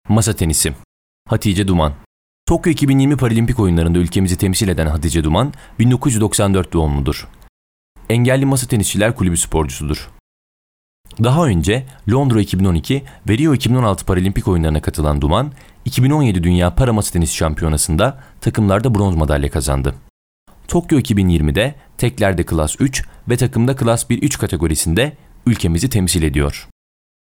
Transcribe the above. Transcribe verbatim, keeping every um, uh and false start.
Masa tenisi. Hatice Duman. Tokyo iki bin yirmi Paralimpik oyunlarında ülkemizi temsil eden Hatice Duman, bin dokuz yüz doksan dört doğumludur. Engelli Masa Tenisçiler Kulübü sporcusudur. Daha önce Londra iki bin on iki ve Rio iki bin on altı Paralimpik oyunlarına katılan Duman, iki bin on yedi Dünya Para Masa Tenisi Şampiyonası'nda takımlarda bronz madalya kazandı. Tokyo iki bin yirmide teklerde Klas üç ve takımda Klas bir üç kategorisinde ülkemizi temsil ediyor.